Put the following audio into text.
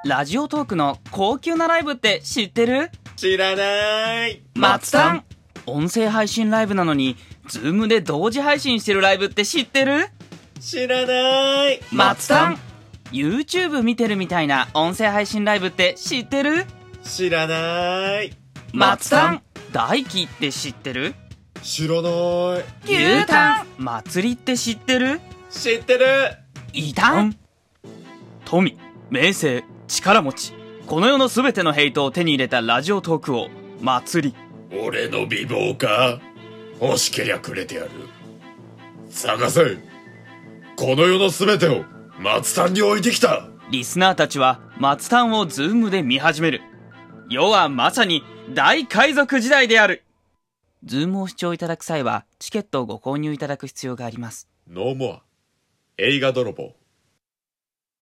ラジオトークの高級なライブって知ってる？ 知らない。 松たん。音声配信ライブなのに、ズームで同時配信してるライブって知ってる？ 知らない。 松たん。YouTube 見てるみたいな音声配信ライブって知ってる？ 知らない。 松たん。大輝って知ってる？ 知らない。 牛タン。祭りって知ってる？ 知ってる。 異端。富、名声、力持ち、この世のすべてのヘイトを手に入れたラジオトーク王、祭り。 俺の美貌か？欲しけりゃくれてやる。探せ。この世のすべてを松たんに置いてきた。 リスナーたちは松たんをズームで見始める。世はまさに大海賊時代である。ズームを視聴いただく際はチケットをご購入いただく必要があります。 ノーモア映画泥棒。